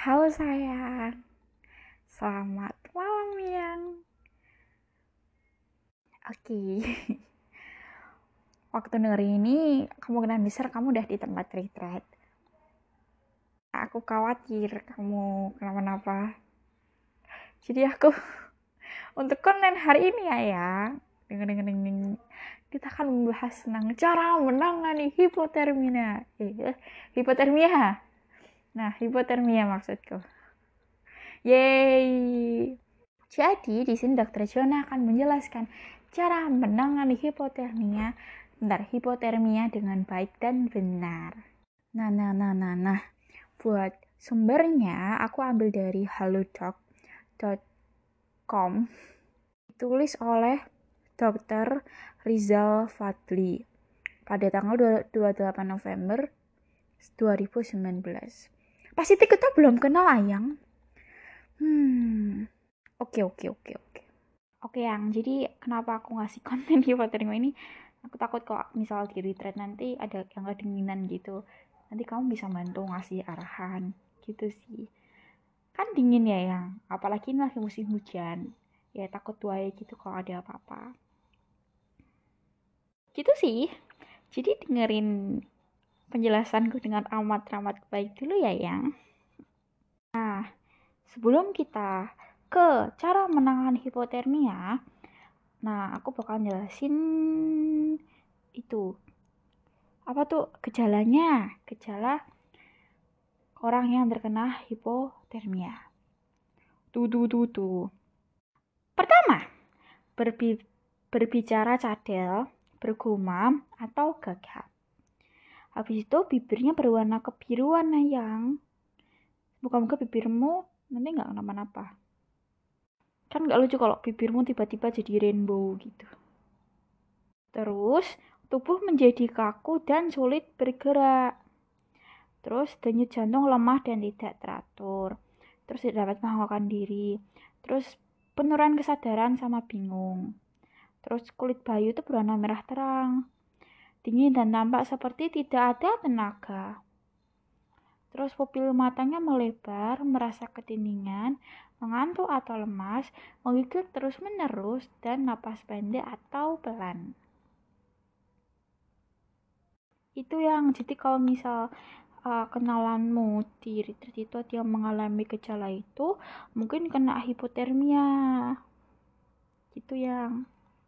Halo sayang, selamat malam yang. Oke, waktu dengerin ini kemungkinan besar kamu udah di tempat retreat. Aku khawatir kamu kenapa-napa. Jadi aku untuk konten hari ini ya, kita akan membahas tentang cara menangani hipotermia. Hipotermia. Nah, hipotermia maksudku. Yeay. Jadi, di sini Dr. Jona akan menjelaskan cara menangani hipotermia dengan baik dan benar. Nah. Buat sumbernya, aku ambil dari halodoc.com. Ditulis oleh Dr. Rizal Fadli pada tanggal 28 November 2019. Pasti kita belum kenal Ayang. Oke. Oke yang, jadi kenapa aku ngasih konten hipotermia ini, aku takut kok misal di retreat nanti ada yang kedinginan gitu, nanti kamu bisa bantu ngasih arahan gitu sih. Kan dingin ya yang, apalagi ini lagi musim hujan, ya takut wae gitu kalau ada apa-apa. Gitu sih. Jadi dengerin penjelasanku dengan amat baik dulu ya yang. Nah, sebelum kita ke cara menangani hipotermia, nah, aku bakal jelasin itu. Apa tuh gejalanya? Gejala orang yang terkena hipotermia. Tuh. Pertama, berbicara cadel, bergumam, atau gagap. Habis itu bibirnya berwarna kebiruan yang. Moga-moga bibirmu nanti nggak kenapa-napa. Kan nggak lucu kalau bibirmu tiba-tiba jadi rainbow gitu. Terus, tubuh menjadi kaku dan sulit bergerak. Terus, denyut jantung lemah dan tidak teratur. Terus, tidak dapat menghanguskan diri. Terus, penurunan kesadaran sama bingung. Terus, kulit bayu itu berwarna merah terang. Dingin dan tampak seperti tidak ada tenaga. Terus, pupil matanya melebar, merasa ketindingan, mengantuk atau lemas, menggigil terus-menerus, dan napas pendek atau pelan. Itu yang, jadi kalau misal kenalanmu di retreat itu ada yang mengalami gejala itu, mungkin kena hipotermia gitu yang.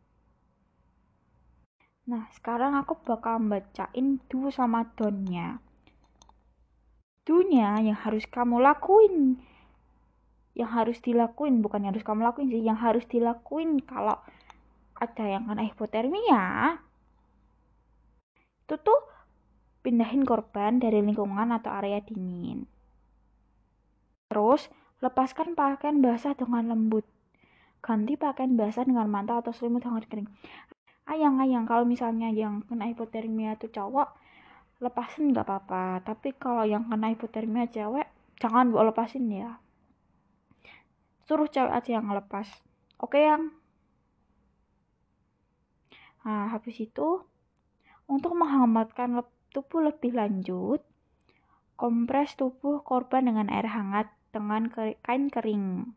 Nah, sekarang aku bakal bacain do sama don't-nya. Do-nya yang harus kamu lakuin, yang harus dilakuin, bukan yang harus kamu lakuin sih, yang harus dilakuin kalau ada yang kena hipotermia, itu tuh pindahin korban dari lingkungan atau area dingin. Terus, lepaskan pakaian basah dengan lembut. Ganti pakaian basah dengan mantel atau selimut hangat kering. Ayang, kalau misalnya yang kena hipotermia itu cowok, lepasin nggak apa-apa. Tapi kalau yang kena hipotermia cewek, jangan buat lepasin ya. Suruh cewek aja yang ngelepas. Oke yang? Nah, habis itu, untuk menghangatkan tubuh lebih lanjut, kompres tubuh korban dengan air hangat dengan kain kering.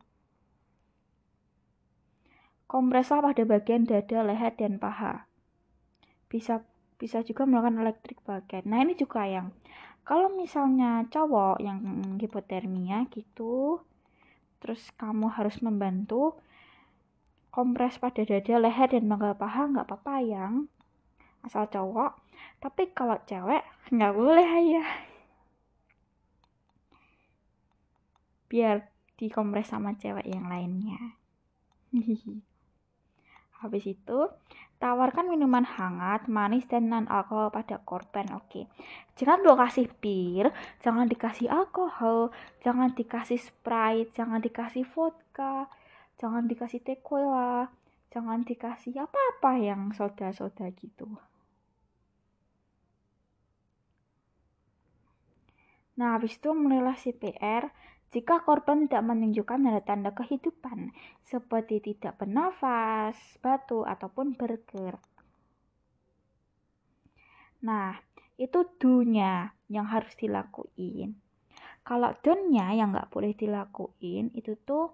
Kompreslah pada bagian dada, leher, dan paha. Bisa juga melakukan electric blanket. Nah, ini juga yang kalau misalnya cowok yang hipotermia gitu, terus kamu harus membantu kompres pada dada, leher, dan bangkai paha, nggak apa-apa yang asal cowok. Tapi kalau cewek nggak boleh ya. Biar dikompres sama cewek yang lainnya. Habis itu, tawarkan minuman hangat, manis, dan non-alkohol pada korban. Oke. Jangan lupa kasih bir, jangan dikasih alkohol, jangan dikasih Sprite, jangan dikasih vodka, jangan dikasih tequila, jangan dikasih apa-apa yang soda-soda gitu. Nah, habis itu mulailah CPR. Jika korban tidak menunjukkan tanda-tanda kehidupan, seperti tidak bernafas, batu, ataupun bergerak. Nah, itu do-nya yang harus dilakuin. Kalau donnya yang nggak boleh dilakuin itu tuh,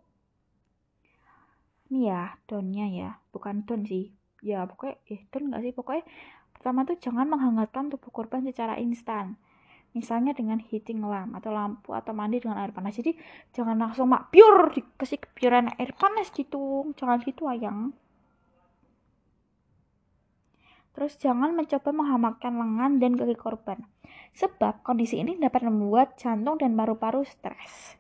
ini ya donnya ya, bukan don sih. Ya pokoknya, don nggak sih? Pokoknya pertama tuh jangan menghangatkan tubuh korban secara instan. Misalnya dengan heating lamp atau lampu atau mandi dengan air panas. Jadi jangan langsung mak pure dikasih kepiuran air panas gitu. Jangan gitu ayang. Terus jangan mencoba menghamakkan lengan dan kaki korban. Sebab kondisi ini dapat membuat jantung dan paru-paru stres.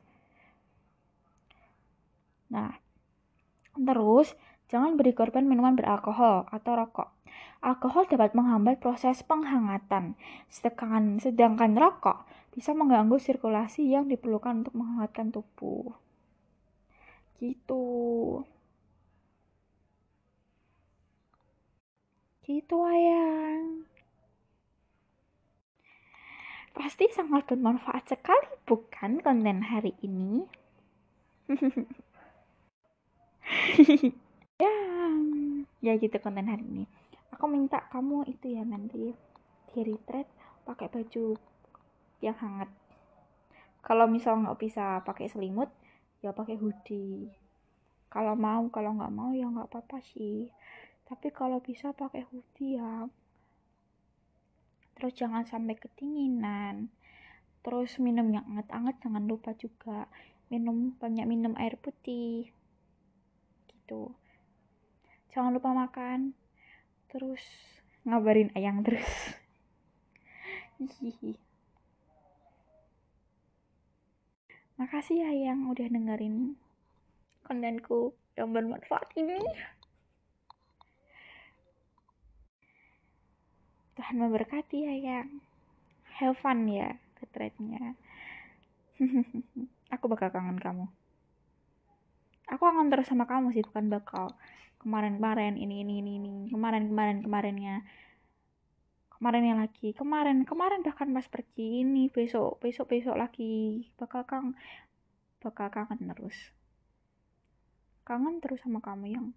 Nah, terus jangan beri korban minuman beralkohol atau rokok. Alkohol dapat menghambat proses penghangatan, sedangkan rokok bisa mengganggu sirkulasi yang diperlukan untuk menghangatkan tubuh. Gitu. Gitu ayang. Pasti sangat bermanfaat sekali bukan konten hari ini? Ya gitu konten hari ini. Aku minta kamu itu ya nanti di retreat pakai baju yang hangat. Kalau misal nggak bisa pakai selimut, ya pakai hoodie. Kalau mau, kalau nggak mau ya nggak apa-apa sih. Tapi kalau bisa pakai hoodie ya. Terus jangan sampai kedinginan. Terus minum yang anget-anget, jangan lupa juga banyak minum air putih gitu. Jangan lupa makan. Terus ngabarin ayang terus. Makasih ya yang udah dengerin kontenku yang bermanfaat ini. Tuhan memberkati ya yang. Have fun ya retreatnya. Aku bakal kangen kamu. Aku kangen terus sama kamu sih, bukan bakal. Kemarin-kemarin ini. Kemarinnya lagi. Kemarin bahkan pas pergi ini, besok lagi bakal kangen terus. Kangen terus sama kamu yang.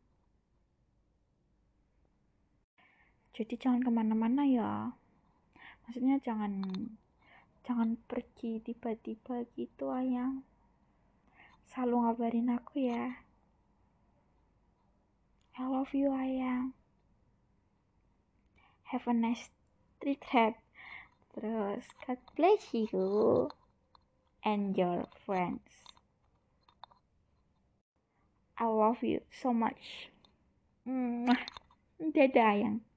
Jadi jangan kemana-mana ya. Maksudnya jangan pergi tiba-tiba gitu ayang. Selalu ngabarin aku ya. I love you ayang. Have a nice retreat. Terus God bless you and your friends. I love you so much. Dadah ayang.